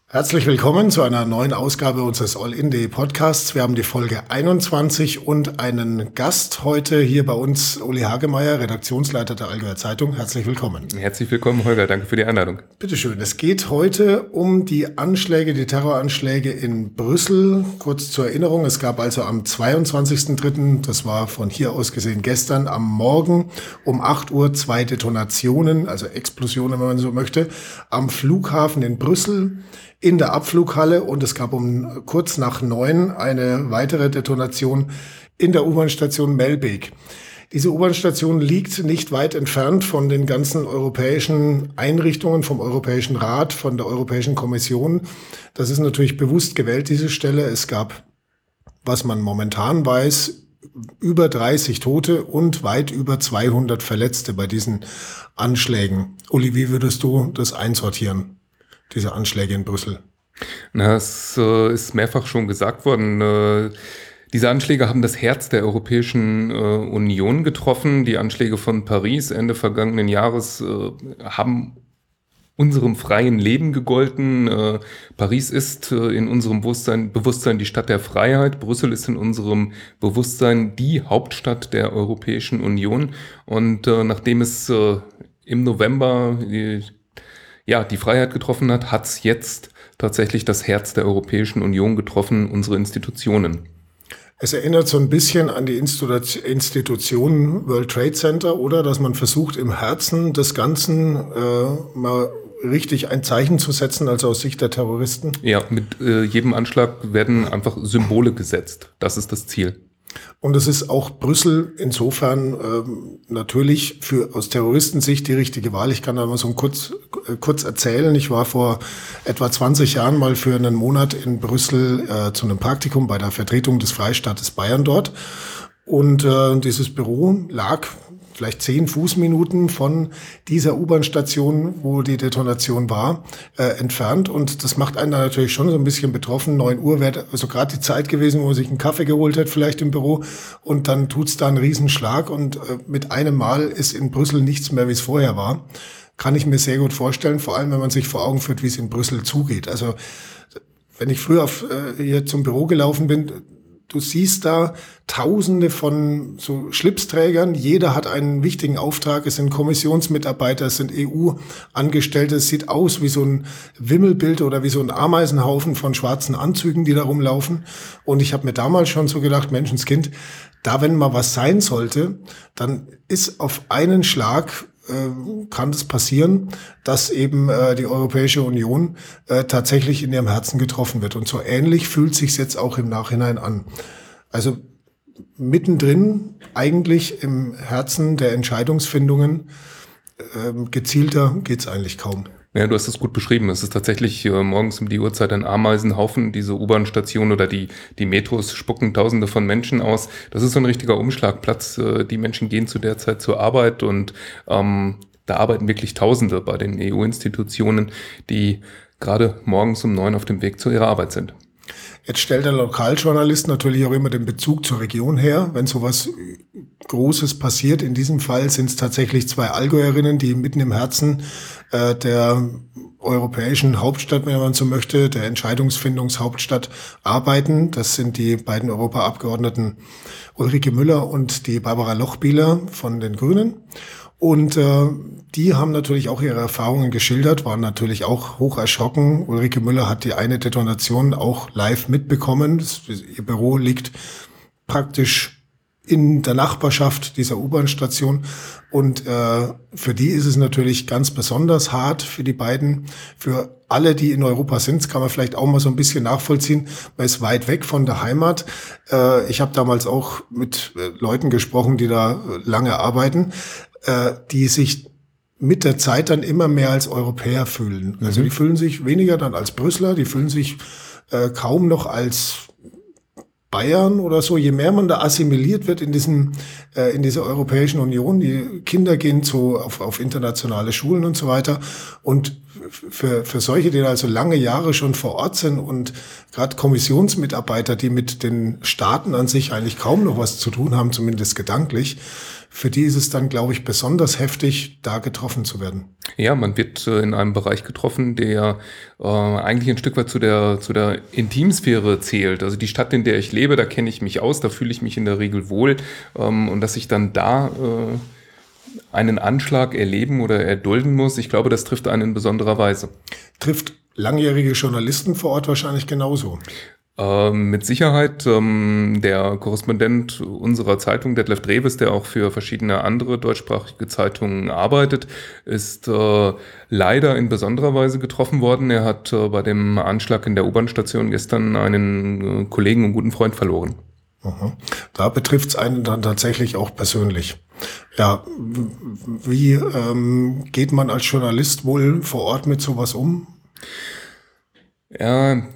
Herzlich willkommen zu einer neuen Ausgabe unseres All-In-Day Podcasts. Wir haben die Folge 21 und einen Gast heute hier bei uns, Uli Hagemeyer, Redaktionsleiter der Allgäuer Zeitung. Herzlich willkommen. Herzlich willkommen, Holger. Danke für die Einladung. Bitteschön. Es geht heute um die Anschläge, die Terroranschläge in Brüssel. Kurz zur Erinnerung, es gab also am 22.03., das war von hier aus gesehen gestern, am Morgen um 8 Uhr 2 Detonationen, also Explosionen, wenn man so möchte, am Flughafen in Brüssel, in der Abflughalle, und es gab um kurz nach 9 eine weitere Detonation in der U-Bahn-Station Melbeek. Diese U-Bahn-Station liegt nicht weit entfernt von den ganzen europäischen Einrichtungen, vom Europäischen Rat, von der Europäischen Kommission. Das ist natürlich bewusst gewählt, diese Stelle. Es gab, was man momentan weiß, über 30 Tote und weit über 200 Verletzte bei diesen Anschlägen. Uli, wie würdest du das einsortieren, diese Anschläge in Brüssel? Es ist mehrfach schon gesagt worden, diese Anschläge haben das Herz der Europäischen Union getroffen. Die Anschläge von Paris Ende vergangenen Jahres haben unserem freien Leben gegolten. Paris ist in unserem Bewusstsein die Stadt der Freiheit. Brüssel ist in unserem Bewusstsein die Hauptstadt der Europäischen Union. Und nachdem es im November die Freiheit getroffen hat, hat es jetzt tatsächlich das Herz der Europäischen Union getroffen, unsere Institutionen. Es erinnert so ein bisschen an die Institution World Trade Center, oder? Dass man versucht, im Herzen des Ganzen mal richtig ein Zeichen zu setzen, also aus Sicht der Terroristen. Ja, mit jedem Anschlag werden einfach Symbole gesetzt. Das ist das Ziel. Und es ist auch Brüssel insofern natürlich aus Terroristensicht die richtige Wahl. Ich kann da mal so kurz erzählen. Ich war vor etwa 20 Jahren mal für einen Monat in Brüssel zu einem Praktikum bei der Vertretung des Freistaates Bayern dort. Und dieses Büro lag vielleicht 10 Fußminuten von dieser U-Bahn-Station, wo die Detonation war, entfernt. Und das macht einen da natürlich schon so ein bisschen betroffen. 9 Uhr wäre also gerade die Zeit gewesen, wo man sich einen Kaffee geholt hat, vielleicht im Büro. Und dann tut's da einen Riesenschlag. Und mit einem Mal ist in Brüssel nichts mehr, wie es vorher war. Kann ich mir sehr gut vorstellen, vor allem wenn man sich vor Augen führt, wie es in Brüssel zugeht. Also wenn ich früher hier zum Büro gelaufen bin, du siehst da Tausende von so Schlipsträgern. Jeder hat einen wichtigen Auftrag. Es sind Kommissionsmitarbeiter, es sind EU-Angestellte. Es sieht aus wie so ein Wimmelbild oder wie so ein Ameisenhaufen von schwarzen Anzügen, die da rumlaufen. Und ich habe mir damals schon so gedacht, Menschenskind, da wenn mal was sein sollte, dann ist auf einen Schlag kann es passieren, dass eben die Europäische Union tatsächlich in ihrem Herzen getroffen wird. Und so ähnlich fühlt sich's jetzt auch im Nachhinein an. Also mittendrin, eigentlich im Herzen der Entscheidungsfindungen, gezielter geht's eigentlich kaum. Ja, du hast es gut beschrieben. Es ist tatsächlich morgens um die Uhrzeit ein Ameisenhaufen. Diese U-Bahn-Station oder die Metros spucken Tausende von Menschen aus. Das ist so ein richtiger Umschlagplatz. Die Menschen gehen zu der Zeit zur Arbeit und da arbeiten wirklich Tausende bei den EU-Institutionen, die gerade morgens um 9 auf dem Weg zu ihrer Arbeit sind. Jetzt stellt der Lokaljournalist natürlich auch immer den Bezug zur Region her, wenn sowas Großes passiert. In diesem Fall sind es tatsächlich 2 Allgäuerinnen, die mitten im Herzen der europäischen Hauptstadt, wenn man so möchte, der Entscheidungsfindungshauptstadt arbeiten. Das sind die beiden Europaabgeordneten Ulrike Müller und die Barbara Lochbihler von den Grünen. Und die haben natürlich auch ihre Erfahrungen geschildert, waren natürlich auch hoch erschrocken. Ulrike Müller hat die eine Detonation auch live mitbekommen. Ihr Büro liegt praktisch in der Nachbarschaft dieser U-Bahn-Station. Und für die ist es natürlich ganz besonders hart, für die beiden. Für alle, die in Europa sind, das kann man vielleicht auch mal so ein bisschen nachvollziehen. Man ist weit weg von der Heimat. Ich habe damals auch mit Leuten gesprochen, die da lange arbeiten, die sich mit der Zeit dann immer mehr als Europäer fühlen. Also die fühlen sich weniger dann als Brüsseler, die fühlen sich kaum noch als Bayern oder so. Je mehr man da assimiliert wird in dieser Europäischen Union, die Kinder gehen auf internationale Schulen und so weiter und für solche, die also lange Jahre schon vor Ort sind und gerade Kommissionsmitarbeiter, die mit den Staaten an sich eigentlich kaum noch was zu tun haben, zumindest gedanklich, für die ist es dann, glaube ich, besonders heftig, da getroffen zu werden. Ja, man wird in einem Bereich getroffen, der eigentlich ein Stück weit zu der Intimsphäre zählt. Also die Stadt, in der ich lebe, da kenne ich mich aus, da fühle ich mich in der Regel wohl. Und dass ich dann da einen Anschlag erleben oder erdulden muss, ich glaube, das trifft einen in besonderer Weise. Trifft langjährige Journalisten vor Ort wahrscheinlich genauso. Mit Sicherheit. Der Korrespondent unserer Zeitung, Detlef Drewes, der auch für verschiedene andere deutschsprachige Zeitungen arbeitet, ist leider in besonderer Weise getroffen worden. Er hat bei dem Anschlag in der U-Bahn-Station gestern einen Kollegen und guten Freund verloren. Da betrifft es einen dann tatsächlich auch persönlich. Ja, wie geht man als Journalist wohl vor Ort mit sowas um? Ja,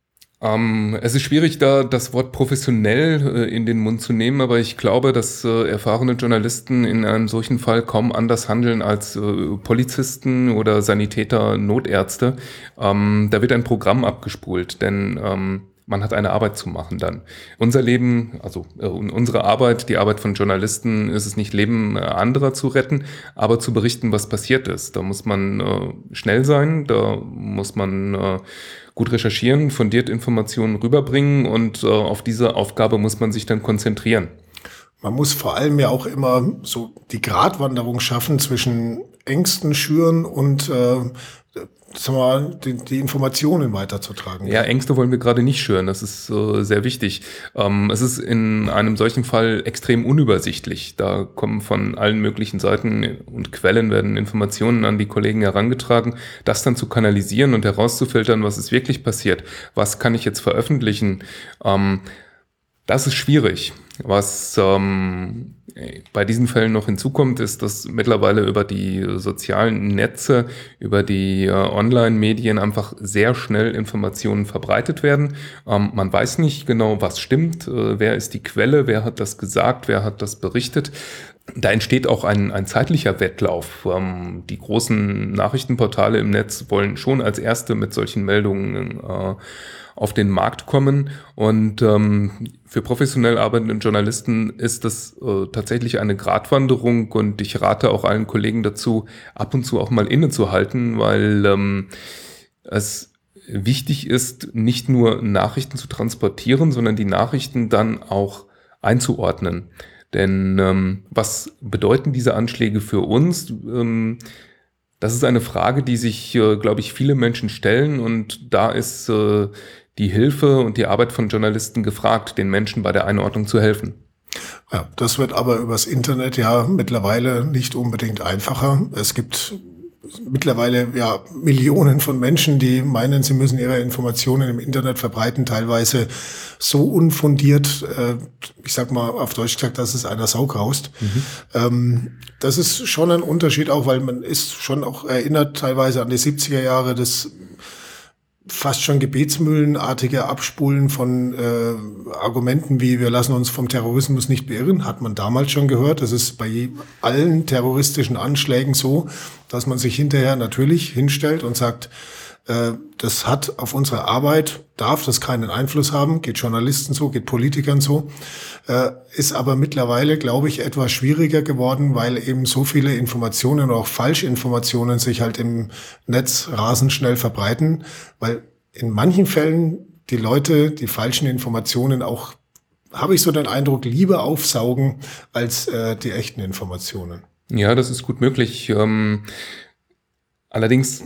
es ist schwierig, da das Wort professionell in den Mund zu nehmen, aber ich glaube, dass erfahrene Journalisten in einem solchen Fall kaum anders handeln als Polizisten oder Sanitäter, Notärzte. Da wird ein Programm abgespult, denn man hat eine Arbeit zu machen dann. Unser Leben, also unsere Arbeit, die Arbeit von Journalisten, ist es nicht, Leben anderer zu retten, aber zu berichten, was passiert ist. Da muss man schnell sein, da muss man gut recherchieren, fundiert Informationen rüberbringen und auf diese Aufgabe muss man sich dann konzentrieren. Man muss vor allem ja auch immer so die Gratwanderung schaffen zwischen Ängsten schüren und sagen wir mal, die Informationen weiterzutragen. Ja, Ängste wollen wir gerade nicht schüren, das ist sehr wichtig. Es ist in einem solchen Fall extrem unübersichtlich. Da kommen von allen möglichen Seiten und Quellen werden Informationen an die Kollegen herangetragen. Das dann zu kanalisieren und herauszufiltern, was ist wirklich passiert, was kann ich jetzt veröffentlichen, das ist schwierig. Was bei diesen Fällen noch hinzukommt, ist, dass mittlerweile über die sozialen Netze, über die Online-Medien einfach sehr schnell Informationen verbreitet werden. Man weiß nicht genau, was stimmt, wer ist die Quelle, wer hat das gesagt, wer hat das berichtet. Da entsteht auch ein zeitlicher Wettlauf. Die großen Nachrichtenportale im Netz wollen schon als erste mit solchen Meldungen auf den Markt kommen. Und für professionell arbeitende Journalisten ist das tatsächlich eine Gratwanderung. Und ich rate auch allen Kollegen dazu, ab und zu auch mal innezuhalten, weil es wichtig ist, nicht nur Nachrichten zu transportieren, sondern die Nachrichten dann auch einzuordnen. Denn was bedeuten diese Anschläge für uns? Das ist eine Frage, die sich, glaube ich, viele Menschen stellen. Und da ist die Hilfe und die Arbeit von Journalisten gefragt, den Menschen bei der Einordnung zu helfen. Ja, das wird aber übers Internet ja mittlerweile nicht unbedingt einfacher. Es gibt mittlerweile ja Millionen von Menschen, die meinen, sie müssen ihre Informationen im Internet verbreiten, teilweise so unfundiert, ich sag mal auf Deutsch gesagt, dass es einer Sau graust. Das ist schon ein Unterschied auch, weil man ist schon auch erinnert teilweise an die 70er Jahre, das fast schon gebetsmühlenartige Abspulen von Argumenten wie wir lassen uns vom Terrorismus nicht beirren, hat man damals schon gehört. Das ist bei allen terroristischen Anschlägen so, dass man sich hinterher natürlich hinstellt und sagt, das hat auf unsere Arbeit, darf das keinen Einfluss haben, geht Journalisten so, geht Politikern so, ist aber mittlerweile, glaube ich, etwas schwieriger geworden, weil eben so viele Informationen oder auch Falschinformationen sich halt im Netz rasend schnell verbreiten, weil in manchen Fällen die Leute die falschen Informationen auch, habe ich so den Eindruck, lieber aufsaugen als die echten Informationen. Ja, das ist gut möglich. Allerdings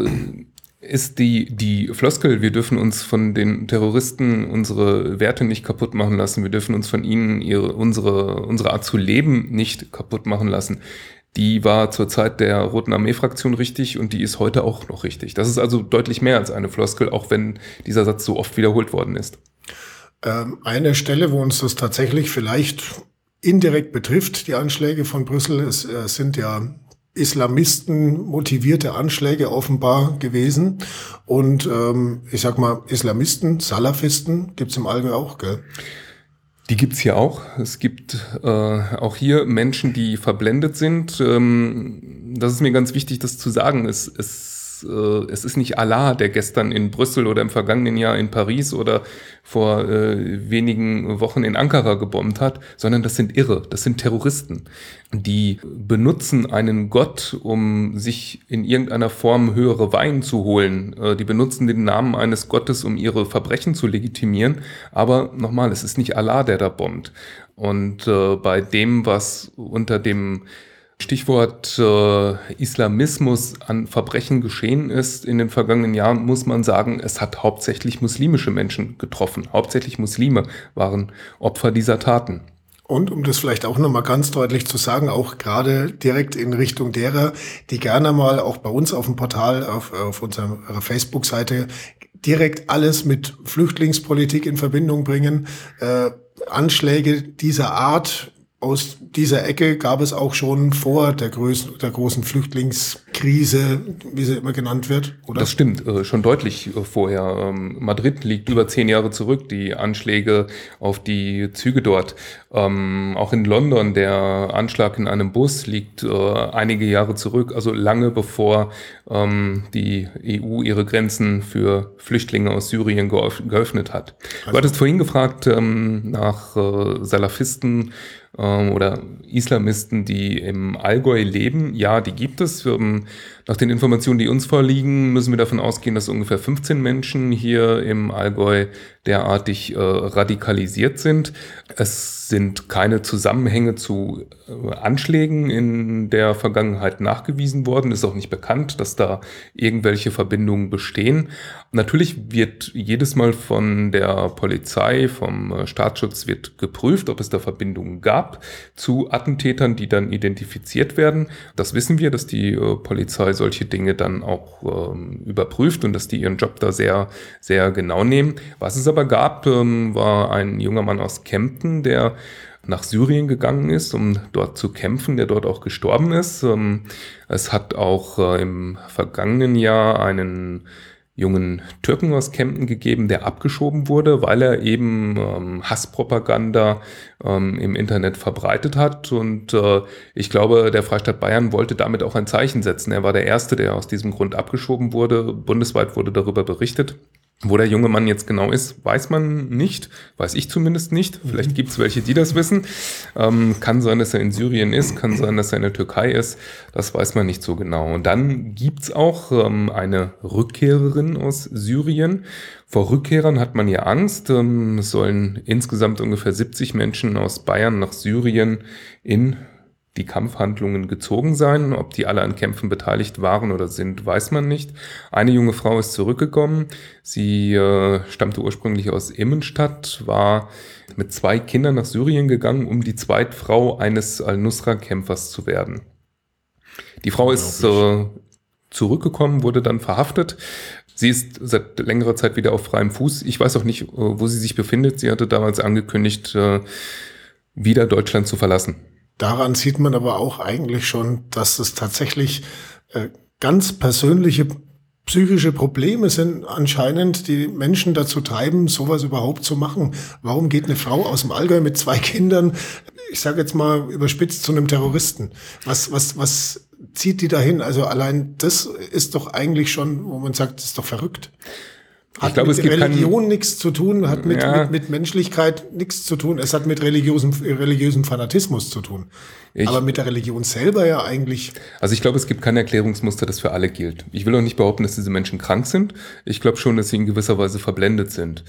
ist die Floskel, wir dürfen uns von den Terroristen unsere Werte nicht kaputt machen lassen, wir dürfen uns von ihnen unsere Art zu leben nicht kaputt machen lassen, die war zur Zeit der Roten Armee-Fraktion richtig und die ist heute auch noch richtig. Das ist also deutlich mehr als eine Floskel, auch wenn dieser Satz so oft wiederholt worden ist. Eine Stelle, wo uns das tatsächlich vielleicht indirekt betrifft, die Anschläge von Brüssel, es sind ja Islamisten motivierte Anschläge offenbar gewesen. Und ich sag mal, Islamisten, Salafisten gibt's im Allgäu auch, gell? Die gibt's hier auch. Es gibt auch hier Menschen, die verblendet sind. Das ist mir ganz wichtig, das zu sagen. Es es ist nicht Allah, der gestern in Brüssel oder im vergangenen Jahr in Paris oder vor wenigen Wochen in Ankara gebombt hat, sondern das sind Irre, das sind Terroristen. Die benutzen einen Gott, um sich in irgendeiner Form höhere Weihen zu holen. Die benutzen den Namen eines Gottes, um ihre Verbrechen zu legitimieren. Aber nochmal, es ist nicht Allah, der da bombt. Und bei dem, was unter dem Stichwort Islamismus an Verbrechen geschehen ist in den vergangenen Jahren, muss man sagen, es hat hauptsächlich muslimische Menschen getroffen. Hauptsächlich Muslime waren Opfer dieser Taten. Und um das vielleicht auch nochmal ganz deutlich zu sagen, auch gerade direkt in Richtung derer, die gerne mal auch bei uns auf dem Portal, auf unserer Facebook-Seite direkt alles mit Flüchtlingspolitik in Verbindung bringen. Anschläge dieser Art aus dieser Ecke gab es auch schon vor der großen Flüchtlingskrise, wie sie immer genannt wird, oder? Das stimmt, schon deutlich vorher. Madrid liegt über 10 Jahre zurück, die Anschläge auf die Züge dort. Auch in London, der Anschlag in einem Bus liegt einige Jahre zurück, also lange bevor die EU ihre Grenzen für Flüchtlinge aus Syrien geöffnet hat. Du hattest vorhin gefragt nach Salafisten oder Islamisten, die im Allgäu leben. Ja, die gibt es. Nach den Informationen, die uns vorliegen, müssen wir davon ausgehen, dass ungefähr 15 Menschen hier im Allgäu derartig radikalisiert sind. Es sind keine Zusammenhänge zu Anschlägen in der Vergangenheit nachgewiesen worden. Ist auch nicht bekannt, dass da irgendwelche Verbindungen bestehen. Natürlich wird jedes Mal von der Polizei, vom Staatsschutz wird geprüft, ob es da Verbindungen gab zu Attentätern, die dann identifiziert werden. Das wissen wir, dass die Polizei solche Dinge dann auch überprüft und dass die ihren Job da sehr, sehr genau nehmen. Was es aber gab, war ein junger Mann aus Kempten, der nach Syrien gegangen ist, um dort zu kämpfen, der dort auch gestorben ist. Es hat auch im vergangenen Jahr einen jungen Türken aus Kempten gegeben, der abgeschoben wurde, weil er eben Hasspropaganda im Internet verbreitet hat. Und ich glaube, der Freistaat Bayern wollte damit auch ein Zeichen setzen. Er war der Erste, der aus diesem Grund abgeschoben wurde. Bundesweit wurde darüber berichtet. Wo der junge Mann jetzt genau ist, weiß man nicht. Weiß ich zumindest nicht. Vielleicht gibt es welche, die das wissen. Kann sein, dass er in Syrien ist. Kann sein, dass er in der Türkei ist. Das weiß man nicht so genau. Und dann gibt's auch eine Rückkehrerin aus Syrien. Vor Rückkehrern hat man ja Angst. Es sollen insgesamt ungefähr 70 Menschen aus Bayern nach Syrien in die Kampfhandlungen gezogen sein. Ob die alle an Kämpfen beteiligt waren oder sind, weiß man nicht. Eine junge Frau ist zurückgekommen. Sie stammte ursprünglich aus Immenstadt, war mit 2 Kindern nach Syrien gegangen, um die Zweitfrau eines Al-Nusra-Kämpfers zu werden. Die Frau ist zurückgekommen, wurde dann verhaftet. Sie ist seit längerer Zeit wieder auf freiem Fuß. Ich weiß auch nicht, wo sie sich befindet. Sie hatte damals angekündigt, wieder Deutschland zu verlassen. Daran sieht man aber auch eigentlich schon, dass es tatsächlich ganz persönliche psychische Probleme sind anscheinend, die Menschen dazu treiben, sowas überhaupt zu machen. Warum geht eine Frau aus dem Allgäu mit 2 Kindern, ich sage jetzt mal überspitzt, zu einem Terroristen? Was zieht die dahin? Also allein das ist doch eigentlich schon, wo man sagt, das ist doch verrückt. Hat mit Religion nichts zu tun, hat mit Menschlichkeit nichts zu tun. Es hat mit religiösem Fanatismus zu tun. Aber mit der Religion selber ja eigentlich. Also ich glaube, es gibt kein Erklärungsmuster, das für alle gilt. Ich will auch nicht behaupten, dass diese Menschen krank sind. Ich glaube schon, dass sie in gewisser Weise verblendet sind.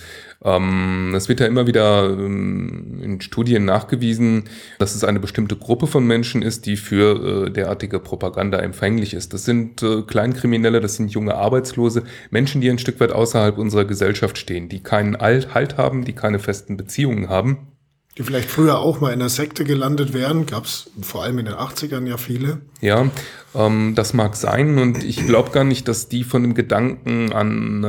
Es wird ja immer wieder in Studien nachgewiesen, dass es eine bestimmte Gruppe von Menschen ist, die für derartige Propaganda empfänglich ist. Das sind Kleinkriminelle, das sind junge Arbeitslose, Menschen, die ein Stück weit außerhalb unserer Gesellschaft stehen, die keinen Halt haben, die keine festen Beziehungen haben. Die vielleicht früher auch mal in einer Sekte gelandet wären, gab es vor allem in den 80ern ja viele. Ja, das mag sein und ich glaube gar nicht, dass die von dem Gedanken an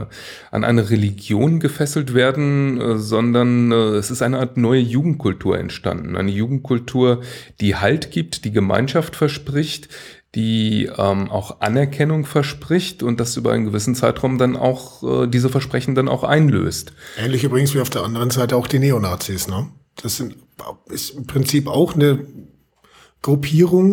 eine Religion gefesselt werden, sondern es ist eine Art neue Jugendkultur entstanden. Eine Jugendkultur, die Halt gibt, die Gemeinschaft verspricht, die auch Anerkennung verspricht und das über einen gewissen Zeitraum dann auch diese Versprechen dann auch einlöst. Ähnlich übrigens wie auf der anderen Seite auch die Neonazis, ne? Das ist im Prinzip auch eine Gruppierung,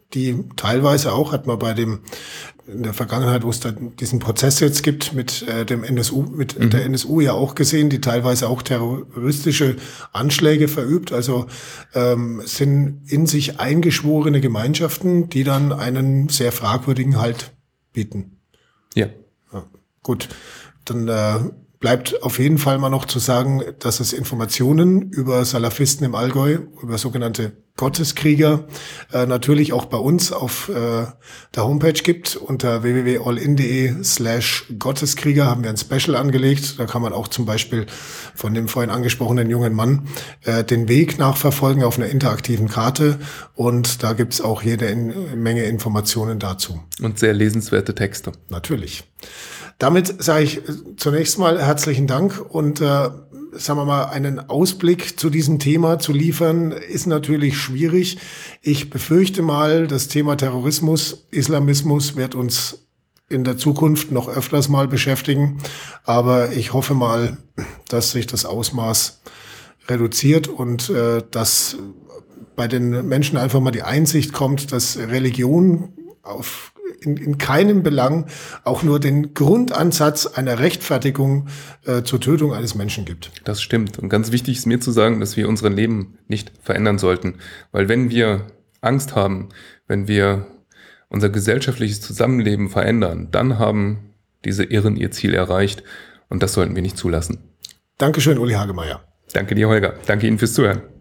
die teilweise auch, hat man in der Vergangenheit, wo es da diesen Prozess jetzt gibt mit dem NSU, der NSU ja auch gesehen, die teilweise auch terroristische Anschläge verübt. Also sind in sich eingeschworene Gemeinschaften, die dann einen sehr fragwürdigen Halt bieten. Ja. Gut, dann bleibt auf jeden Fall mal noch zu sagen, dass es Informationen über Salafisten im Allgäu, über sogenannte Gotteskrieger, natürlich auch bei uns auf der Homepage gibt. Unter www.allin.de/Gotteskrieger haben wir ein Special angelegt. Da kann man auch zum Beispiel von dem vorhin angesprochenen jungen Mann den Weg nachverfolgen auf einer interaktiven Karte. Und da gibt's auch jede Menge Informationen dazu. Und sehr lesenswerte Texte. Natürlich. Damit sage ich zunächst mal herzlichen Dank und sagen wir mal, einen Ausblick zu diesem Thema zu liefern, ist natürlich schwierig. Ich befürchte mal, das Thema Terrorismus, Islamismus wird uns in der Zukunft noch öfters mal beschäftigen. Aber ich hoffe mal, dass sich das Ausmaß reduziert und dass bei den Menschen einfach mal die Einsicht kommt, dass Religion in keinem Belang auch nur den Grundansatz einer Rechtfertigung zur Tötung eines Menschen gibt. Das stimmt. Und ganz wichtig ist mir zu sagen, dass wir unser Leben nicht verändern sollten. Weil wenn wir Angst haben, wenn wir unser gesellschaftliches Zusammenleben verändern, dann haben diese Irren ihr Ziel erreicht. Und das sollten wir nicht zulassen. Dankeschön, Uli Hagemeyer. Danke dir, Holger. Danke Ihnen fürs Zuhören.